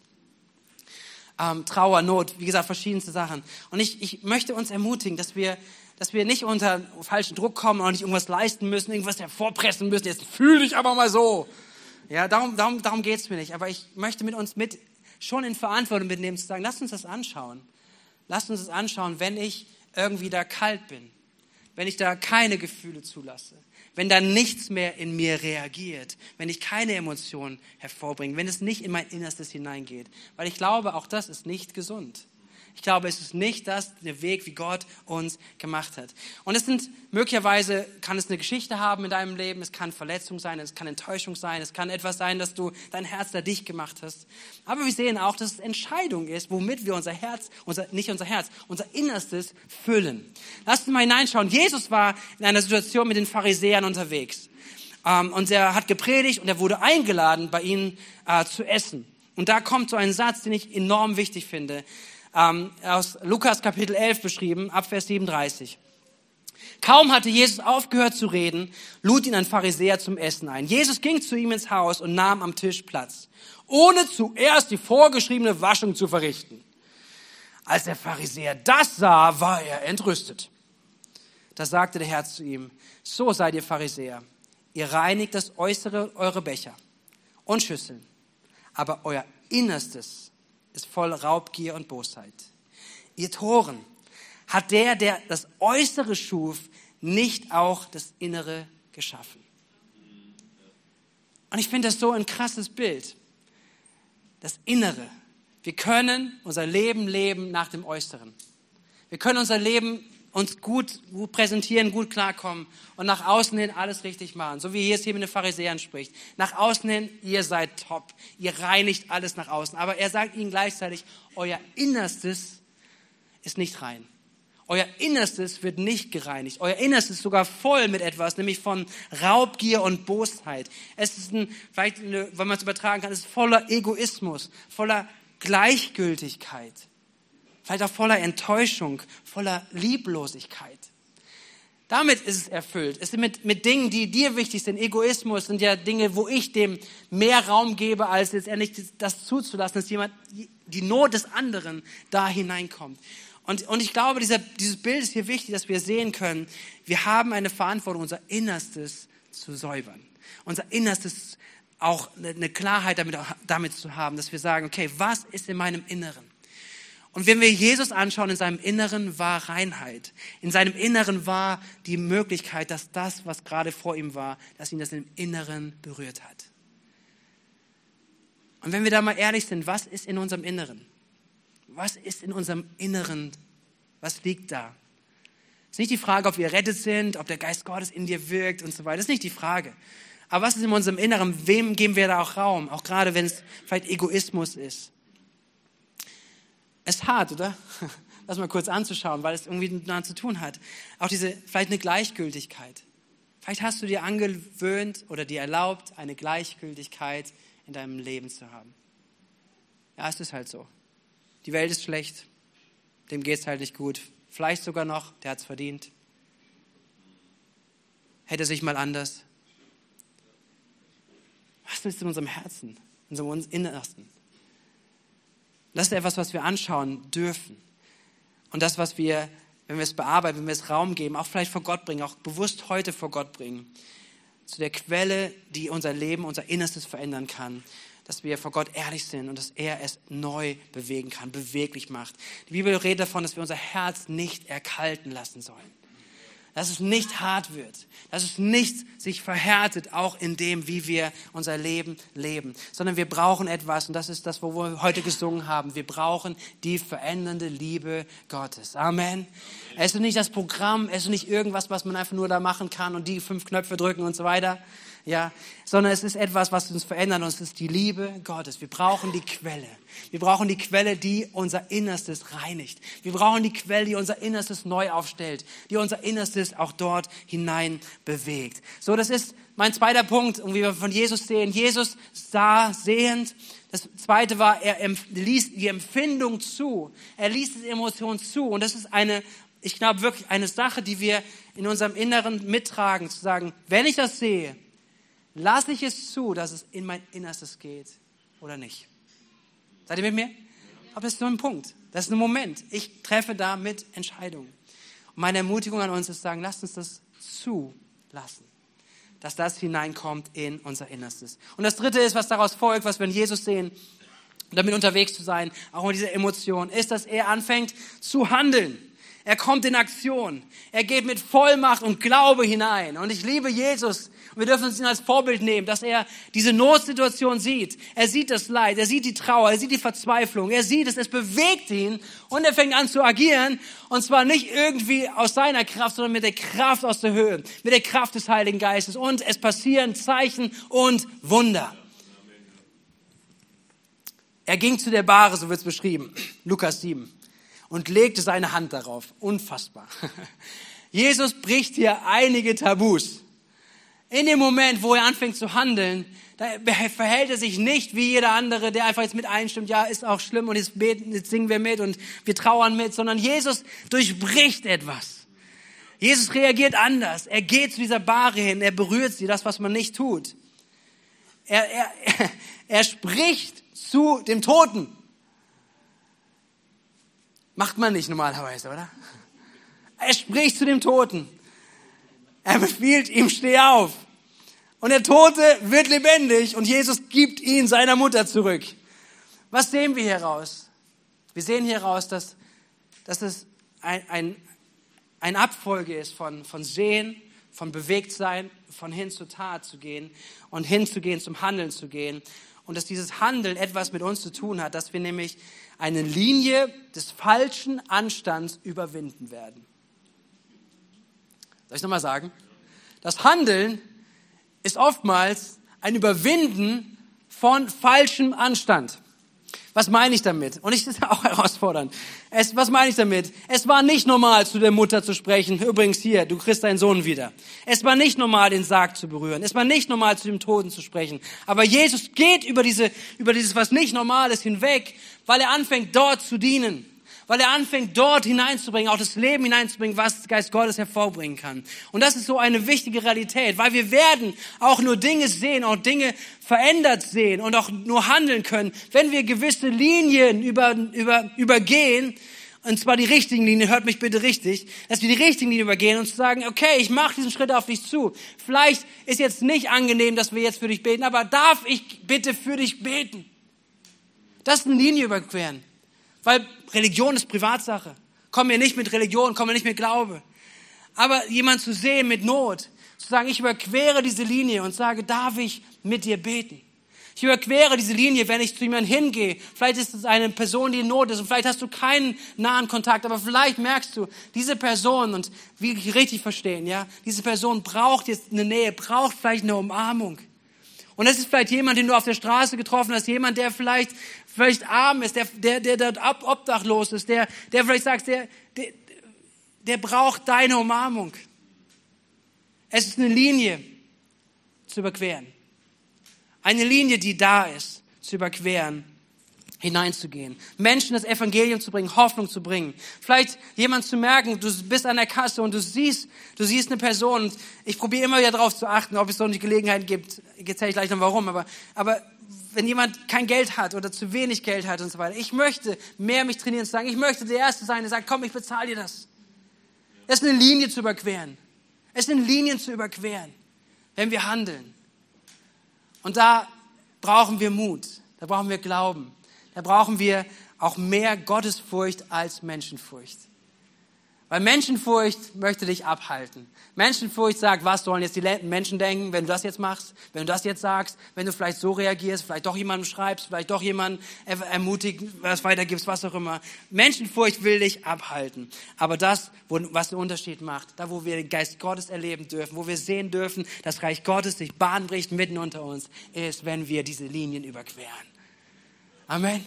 Ähm, Trauer, Not, wie gesagt, verschiedenste Sachen. Und ich, ich möchte uns ermutigen, dass wir, dass wir nicht unter falschen Druck kommen und nicht irgendwas leisten müssen, irgendwas hervorpressen müssen. Jetzt fühl dich aber mal so. Ja, darum, darum, darum geht's mir nicht. Aber ich möchte mit uns mit schon in Verantwortung mitnehmen, zu sagen, lasst uns das anschauen. Lasst uns das anschauen, wenn ich irgendwie da kalt bin, wenn ich da keine Gefühle zulasse, wenn da nichts mehr in mir reagiert, wenn ich keine Emotionen hervorbringe, wenn es nicht in mein Innerstes hineingeht. Weil ich glaube, auch das ist nicht gesund. Ich glaube, es ist nicht das, der Weg, wie Gott uns gemacht hat. Und es sind, möglicherweise kann es eine Geschichte haben in deinem Leben, es kann Verletzung sein, es kann Enttäuschung sein, es kann etwas sein, dass du dein Herz da dicht gemacht hast. Aber wir sehen auch, dass es Entscheidung ist, womit wir unser Herz, unser, nicht unser Herz, unser Innerstes füllen. Lasst uns mal hineinschauen. Jesus war in einer Situation mit den Pharisäern unterwegs. Ähm, und er hat gepredigt und er wurde eingeladen, bei ihnen äh, zu essen. Und da kommt so ein Satz, den ich enorm wichtig finde. Ähm, aus Lukas Kapitel elf beschrieben, ab Vers siebenunddreißig. Kaum hatte Jesus aufgehört zu reden, lud ihn ein Pharisäer zum Essen ein. Jesus ging zu ihm ins Haus und nahm am Tisch Platz, ohne zuerst die vorgeschriebene Waschung zu verrichten. Als der Pharisäer das sah, war er entrüstet. Da sagte der Herr zu ihm, so seid ihr Pharisäer, ihr reinigt das Äußere eure Becher und Schüsseln, aber euer Innerstes ist voll Raubgier und Bosheit. Ihr Toren, hat der, der das Äußere schuf, nicht auch das Innere geschaffen? Und ich finde das so ein krasses Bild. Das Innere. Wir können unser Leben leben nach dem Äußeren. Wir können unser Leben uns gut, gut präsentieren, gut klarkommen und nach außen hin alles richtig machen. So wie hier es hier mit den Pharisäern spricht. Nach außen hin, ihr seid top. Ihr reinigt alles nach außen. Aber er sagt ihnen gleichzeitig, euer Innerstes ist nicht rein. Euer Innerstes wird nicht gereinigt. Euer Innerstes ist sogar voll mit etwas, nämlich von Raubgier und Bosheit. Es ist ein, vielleicht, wenn man es übertragen kann, es ist voller Egoismus, voller Gleichgültigkeit. vielleicht auch voller Enttäuschung, voller Lieblosigkeit. Damit ist es erfüllt. Es sind mit, mit Dingen, die dir wichtig sind. Egoismus sind ja Dinge, wo ich dem mehr Raum gebe, als letztendlich das zuzulassen, dass jemand, die Not des anderen da hineinkommt. Und, und ich glaube, dieser, dieses Bild ist hier wichtig, dass wir sehen können, wir haben eine Verantwortung, unser Innerstes zu säubern. Unser Innerstes auch eine Klarheit damit, damit zu haben, dass wir sagen, okay, was ist in meinem Inneren? Und wenn wir Jesus anschauen, in seinem Inneren war Reinheit. In seinem Inneren war die Möglichkeit, dass das, was gerade vor ihm war, dass ihn das im Inneren berührt hat. Und wenn wir da mal ehrlich sind, was ist in unserem Inneren? Was ist in unserem Inneren? Was liegt da? Es ist nicht die Frage, ob wir errettet sind, ob der Geist Gottes in dir wirkt und so weiter. Das ist nicht die Frage. Aber was ist in unserem Inneren? Wem geben wir da auch Raum? Auch gerade, wenn es vielleicht Egoismus ist. Es ist hart, oder? Das mal kurz anzuschauen, weil es irgendwie miteinander zu tun hat. Auch diese, vielleicht eine Gleichgültigkeit. Vielleicht hast du dir angewöhnt oder dir erlaubt, eine Gleichgültigkeit in deinem Leben zu haben. Ja, es ist halt so. Die Welt ist schlecht, dem geht es halt nicht gut. Vielleicht sogar noch, der hat es verdient. Hätte sich mal anders. Was ist in unserem Herzen, in unserem Innersten? Das ist etwas, was wir anschauen dürfen. Und das, was wir, wenn wir es bearbeiten, wenn wir es Raum geben, auch vielleicht vor Gott bringen, auch bewusst heute vor Gott bringen, zu der Quelle, die unser Leben, unser Innerstes verändern kann, dass wir vor Gott ehrlich sind und dass er es neu bewegen kann, beweglich macht. Die Bibel redet davon, dass wir unser Herz nicht erkalten lassen sollen. Dass es nicht hart wird, dass es nicht sich verhärtet, auch in dem, wie wir unser Leben leben, sondern wir brauchen etwas, und das ist das, wo wir heute gesungen haben. Wir brauchen die verändernde Liebe Gottes. Amen. Es ist nicht das Programm, es ist nicht irgendwas, was man einfach nur da machen kann und die fünf Knöpfe drücken und so weiter. Ja, sondern es ist etwas, was uns verändert, und es ist die Liebe Gottes. Wir brauchen die Quelle. Wir brauchen die Quelle, die unser Innerstes reinigt. Wir brauchen die Quelle, die unser Innerstes neu aufstellt, die unser Innerstes auch dort hinein bewegt. So, das ist mein zweiter Punkt, und wie wir von Jesus sehen. Jesus sah sehend. Das zweite war, er ließ die Empfindung zu. Er ließ die Emotion zu. Und das ist eine, ich glaube wirklich eine Sache, die wir in unserem Inneren mittragen, zu sagen, wenn ich das sehe, lasse ich es zu, dass es in mein Innerstes geht oder nicht? Seid ihr mit mir? Aber das ist nur ein Punkt. Das ist ein Moment. Ich treffe damit Entscheidungen. Und meine Ermutigung an uns ist zu sagen, lasst uns das zulassen, dass das hineinkommt in unser Innerstes. Und das Dritte ist, was daraus folgt, was wir in Jesus sehen, damit unterwegs zu sein, auch mit dieser Emotion, ist, dass er anfängt zu handeln. Er kommt in Aktion. Er geht mit Vollmacht und Glaube hinein. Und ich liebe Jesus. Und wir dürfen uns ihn als Vorbild nehmen, dass er diese Notsituation sieht. Er sieht das Leid, er sieht die Trauer, er sieht die Verzweiflung. Er sieht es, es bewegt ihn. Und er fängt an zu agieren. Und zwar nicht irgendwie aus seiner Kraft, sondern mit der Kraft aus der Höhe. Mit der Kraft des Heiligen Geistes. Und es passieren Zeichen und Wunder. Er ging zu der Bahre, so wird es beschrieben. Lukas sieben. Und legte seine Hand darauf. Unfassbar. Jesus bricht hier einige Tabus. In dem Moment, wo er anfängt zu handeln, da verhält er sich nicht wie jeder andere, der einfach jetzt mit einstimmt, ja, ist auch schlimm und jetzt, beten, jetzt singen wir mit und wir trauern mit, sondern Jesus durchbricht etwas. Jesus reagiert anders. Er geht zu dieser Bahre hin, er berührt sie, das, was man nicht tut. Er, er, er spricht zu dem Toten. Macht man nicht normalerweise, oder? Er spricht zu dem Toten. Er befiehlt ihm, steh auf. Und der Tote wird lebendig und Jesus gibt ihn seiner Mutter zurück. Was sehen wir hier raus? Wir sehen hier raus, dass, dass es ein, ein, ein Abfolge ist von, von Sehen, von Bewegtsein, von hin zur Tat zu gehen und hinzugehen, zum Handeln zu gehen. Und dass dieses Handeln etwas mit uns zu tun hat, dass wir nämlich eine Linie des falschen Anstands überwinden werden. Soll ich nochmal sagen? Das Handeln ist oftmals ein Überwinden von falschem Anstand. Was meine ich damit? Und ich, das ist auch herausfordernd. Es, was meine ich damit? Es war nicht normal, zu der Mutter zu sprechen. Übrigens hier, du kriegst deinen Sohn wieder. Es war nicht normal, den Sarg zu berühren. Es war nicht normal, zu dem Toten zu sprechen. Aber Jesus geht über diese, über dieses, was nicht normal ist, hinweg, weil er anfängt, dort zu dienen. weil er anfängt, dort hineinzubringen, auch das Leben hineinzubringen, was der Geist Gottes hervorbringen kann. Und das ist so eine wichtige Realität, weil wir werden auch nur Dinge sehen, auch Dinge verändert sehen und auch nur handeln können, wenn wir gewisse Linien über, über, übergehen, und zwar die richtigen Linien, hört mich bitte richtig, dass wir die richtigen Linien übergehen und sagen, okay, ich mache diesen Schritt auf dich zu. Vielleicht ist jetzt nicht angenehm, dass wir jetzt für dich beten, aber darf ich bitte für dich beten? Das ist eine Linie überqueren. Weil Religion ist Privatsache. Komm mir nicht mit Religion, komm mir nicht mit Glaube. Aber jemand zu sehen mit Not, zu sagen, ich überquere diese Linie und sage, darf ich mit dir beten? Ich überquere diese Linie, wenn ich zu jemandem hingehe. Vielleicht ist es eine Person, die in Not ist und vielleicht hast du keinen nahen Kontakt, aber vielleicht merkst du, diese Person, und wie ich richtig verstehen, ja, diese Person braucht jetzt eine Nähe, braucht vielleicht eine Umarmung. Und das ist vielleicht jemand, den du auf der Straße getroffen hast, jemand, der vielleicht, vielleicht arm ist, der, der, der dort obdachlos ist, der, der vielleicht sagt, der, der, der braucht deine Umarmung. Es ist eine Linie zu überqueren. Eine Linie, die da ist, zu überqueren, hineinzugehen. Menschen das Evangelium zu bringen, Hoffnung zu bringen. Vielleicht jemand zu merken, du bist an der Kasse und du siehst, du siehst eine Person. Und ich probiere immer wieder darauf zu achten, ob es so eine Gelegenheit gibt. Ich erzähle gleich noch warum. Aber, aber wenn jemand kein Geld hat oder zu wenig Geld hat und so weiter. Ich möchte mehr mich trainieren zu sagen, ich möchte der Erste sein, der sagt, komm, ich bezahle dir das. Es ist eine Linie zu überqueren. Es sind Linien zu überqueren, wenn wir handeln. Und da brauchen wir Mut, da brauchen wir Glauben, da brauchen wir auch mehr Gottesfurcht als Menschenfurcht. Weil Menschenfurcht möchte dich abhalten. Menschenfurcht sagt, was sollen jetzt die Menschen denken, wenn du das jetzt machst, wenn du das jetzt sagst, wenn du vielleicht so reagierst, vielleicht doch jemandem schreibst, vielleicht doch jemanden ermutigst, was weitergibst, was auch immer. Menschenfurcht will dich abhalten. Aber das, wo, was den Unterschied macht, da wo wir den Geist Gottes erleben dürfen, wo wir sehen dürfen, das Reich Gottes sich Bahn bricht mitten unter uns, ist, wenn wir diese Linien überqueren. Amen.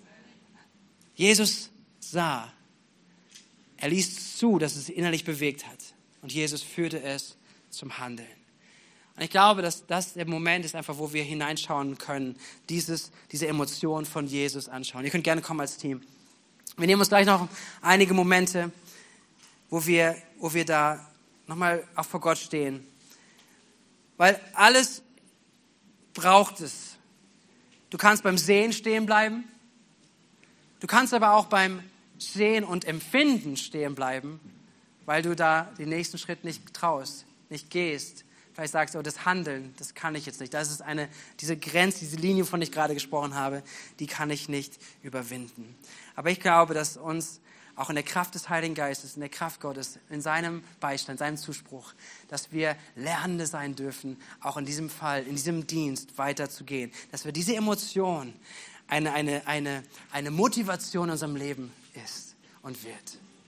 Jesus sah, er ließ zu, dass es innerlich bewegt hat. Und Jesus führte es zum Handeln. Und ich glaube, dass das der Moment ist einfach, wo wir hineinschauen können, dieses, diese Emotion von Jesus anschauen. Ihr könnt gerne kommen als Team. Wir nehmen uns gleich noch einige Momente, wo wir, wo wir da nochmal auch vor Gott stehen. Weil alles braucht es. Du kannst beim Sehen stehen bleiben. Du kannst aber auch beim Sehen und Empfinden stehen bleiben, weil du da den nächsten Schritt nicht traust, nicht gehst. Vielleicht sagst du, oh, das Handeln, das kann ich jetzt nicht. Das ist eine, diese Grenze, diese Linie, von der ich gerade gesprochen habe, die kann ich nicht überwinden. Aber ich glaube, dass uns auch in der Kraft des Heiligen Geistes, in der Kraft Gottes, in seinem Beistand, seinem Zuspruch, dass wir Lernende sein dürfen, auch in diesem Fall, in diesem Dienst weiterzugehen. Dass wir diese Emotion, eine, eine, eine, eine Motivation in unserem Leben ist und wird.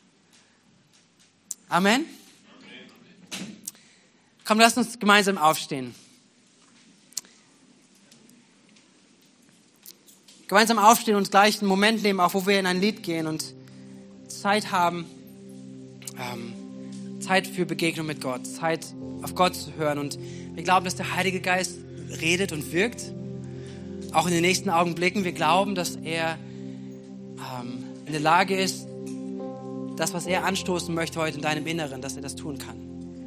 Amen? Amen. Komm, lass uns gemeinsam aufstehen. Gemeinsam aufstehen und gleich einen Moment nehmen, auch wo wir in ein Lied gehen und Zeit haben, ähm, Zeit für Begegnung mit Gott, Zeit auf Gott zu hören. Und wir glauben, dass der Heilige Geist redet und wirkt, auch in den nächsten Augenblicken. Wir glauben, dass er ähm, in der Lage ist, das, was er anstoßen möchte heute in deinem Inneren, dass er das tun kann.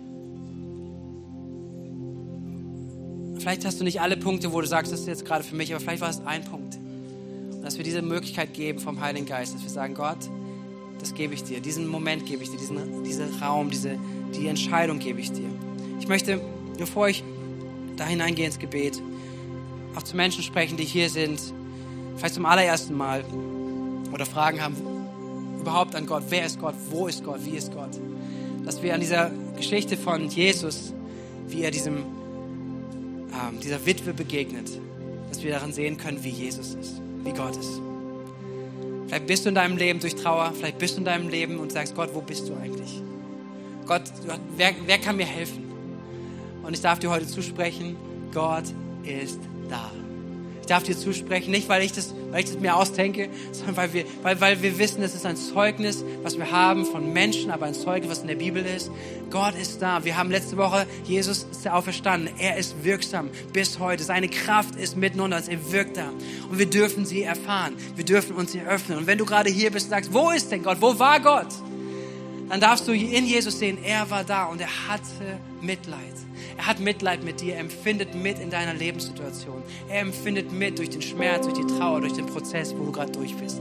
Vielleicht hast du nicht alle Punkte, wo du sagst, das ist jetzt gerade für mich, aber vielleicht war es ein Punkt. Und dass wir diese Möglichkeit geben vom Heiligen Geist, dass wir sagen, Gott, das gebe ich dir, diesen Moment gebe ich dir, diesen, diesen Raum, diese, die Entscheidung gebe ich dir. Ich möchte, bevor ich da hineingehe ins Gebet, auch zu Menschen sprechen, die hier sind, vielleicht zum allerersten Mal oder Fragen haben, überhaupt an Gott. Wer ist Gott? Wo ist Gott? Wie ist Gott? Dass wir an dieser Geschichte von Jesus, wie er diesem, ähm, dieser Witwe begegnet, dass wir daran sehen können, wie Jesus ist, wie Gott ist. Vielleicht bist du in deinem Leben durch Trauer, vielleicht bist du in deinem Leben und sagst, Gott, wo bist du eigentlich? Gott, wer, wer kann mir helfen? Und ich darf dir heute zusprechen, Gott ist da. Ich darf dir zusprechen, nicht weil ich das, weil ich das mir ausdenke, sondern weil wir, weil, weil wir wissen, es ist ein Zeugnis, was wir haben von Menschen, aber ein Zeugnis, was in der Bibel ist. Gott ist da. Wir haben letzte Woche, Jesus ist auferstanden. Er ist wirksam bis heute. Seine Kraft ist mitten unter uns. Er wirkt da. Und wir dürfen sie erfahren. Wir dürfen uns sie öffnen. Und wenn du gerade hier bist und sagst, wo ist denn Gott? Wo war Gott? Dann darfst du in Jesus sehen, er war da und er hatte Mitleid. Er hat Mitleid mit dir, er empfindet mit in deiner Lebenssituation. Er empfindet mit durch den Schmerz, durch die Trauer, durch den Prozess, wo du gerade durch bist.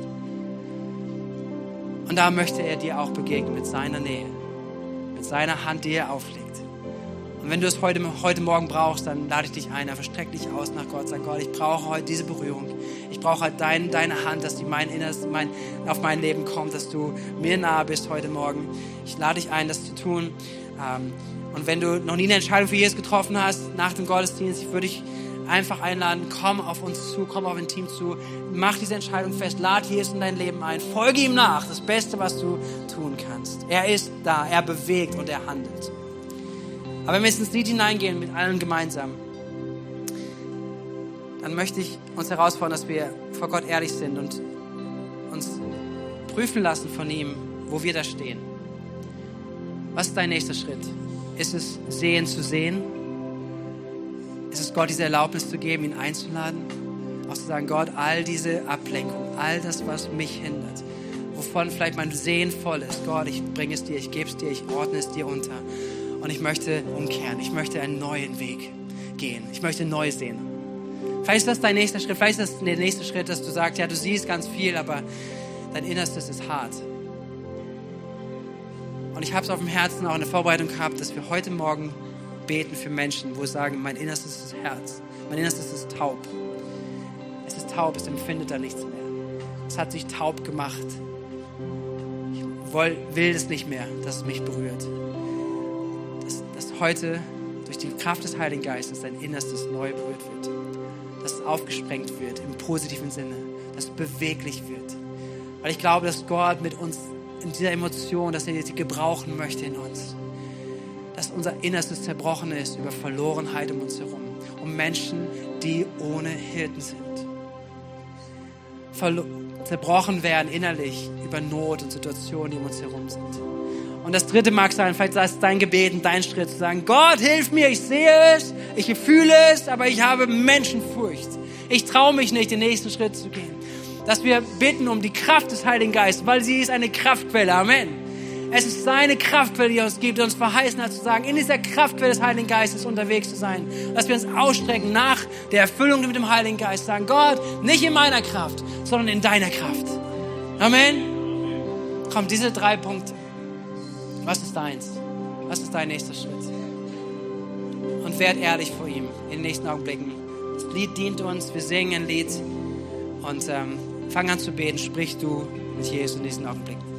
Und da möchte er dir auch begegnen mit seiner Nähe, mit seiner Hand, die er auflegt. Und wenn du es heute, heute Morgen brauchst, dann lade ich dich ein, einfach streck dich aus nach Gott. Sag Gott, ich brauche heute diese Berührung. Ich brauche halt dein, deine Hand, dass die mein Innerstes, mein, auf mein Leben kommt, dass du mir nahe bist heute Morgen. Ich lade dich ein, das zu tun. Ähm, und wenn du noch nie eine Entscheidung für Jesus getroffen hast, nach dem Gottesdienst, ich würde dich einfach einladen, komm auf uns zu, komm auf ein Team zu, mach diese Entscheidung fest, lad Jesus in dein Leben ein, folge ihm nach, das Beste, was du tun kannst. Er ist da, er bewegt und er handelt. Aber wenn wir jetzt ins Lied hineingehen mit allen gemeinsam, dann möchte ich uns herausfordern, dass wir vor Gott ehrlich sind und uns prüfen lassen von ihm, wo wir da stehen. Was ist dein nächster Schritt? Ist es sehen zu sehen? Ist es Gott diese Erlaubnis zu geben, ihn einzuladen? Auch zu sagen, Gott, all diese Ablenkung, all das, was mich hindert, wovon vielleicht mein Sehen voll ist, Gott, ich bringe es dir, ich gebe es dir, ich ordne es dir unter. Und ich möchte umkehren, ich möchte einen neuen Weg gehen, ich möchte neu sehen. Vielleicht ist das dein nächster Schritt, vielleicht ist das der nächste Schritt, dass du sagst, ja, du siehst ganz viel, aber dein Innerstes ist hart. Und ich habe es auf dem Herzen auch in der Vorbereitung gehabt, dass wir heute Morgen beten für Menschen, wo sie sagen, mein Innerstes ist Herz, mein Innerstes ist taub. Es ist taub, es empfindet da nichts mehr. Es hat sich taub gemacht. Ich will, will es nicht mehr, dass es mich berührt. Dass, dass heute durch die Kraft des Heiligen Geistes dein Innerstes neu berührt wird. Dass es aufgesprengt wird im positiven Sinne. Dass es beweglich wird. Weil ich glaube, dass Gott mit uns in dieser Emotion, dass er sie gebrauchen möchte in uns. Dass unser Innerstes zerbrochen ist über Verlorenheit um uns herum. Um Menschen, die ohne Hirten sind. Verlo- zerbrochen werden innerlich über Not und Situationen, die um uns herum sind. Und das dritte mag sein, vielleicht ist dein Gebet und dein Schritt zu sagen, Gott, hilf mir, ich sehe es, ich fühle es, aber ich habe Menschenfurcht. Ich traue mich nicht, den nächsten Schritt zu gehen. Dass wir bitten um die Kraft des Heiligen Geistes, weil sie ist eine Kraftquelle. Amen. Es ist seine Kraftquelle, die uns gibt, die uns verheißen hat zu sagen, in dieser Kraftquelle des Heiligen Geistes unterwegs zu sein. Dass wir uns ausstrecken nach der Erfüllung mit dem Heiligen Geist. Sagen, Gott, nicht in meiner Kraft, sondern in deiner Kraft. Amen. Komm, diese drei Punkte. Was ist deins? Was ist dein nächster Schritt? Und werd ehrlich vor ihm in den nächsten Augenblicken. Das Lied dient uns, wir singen ein Lied und ähm, fang an zu beten, sprich du mit Jesus in diesen Augenblicken.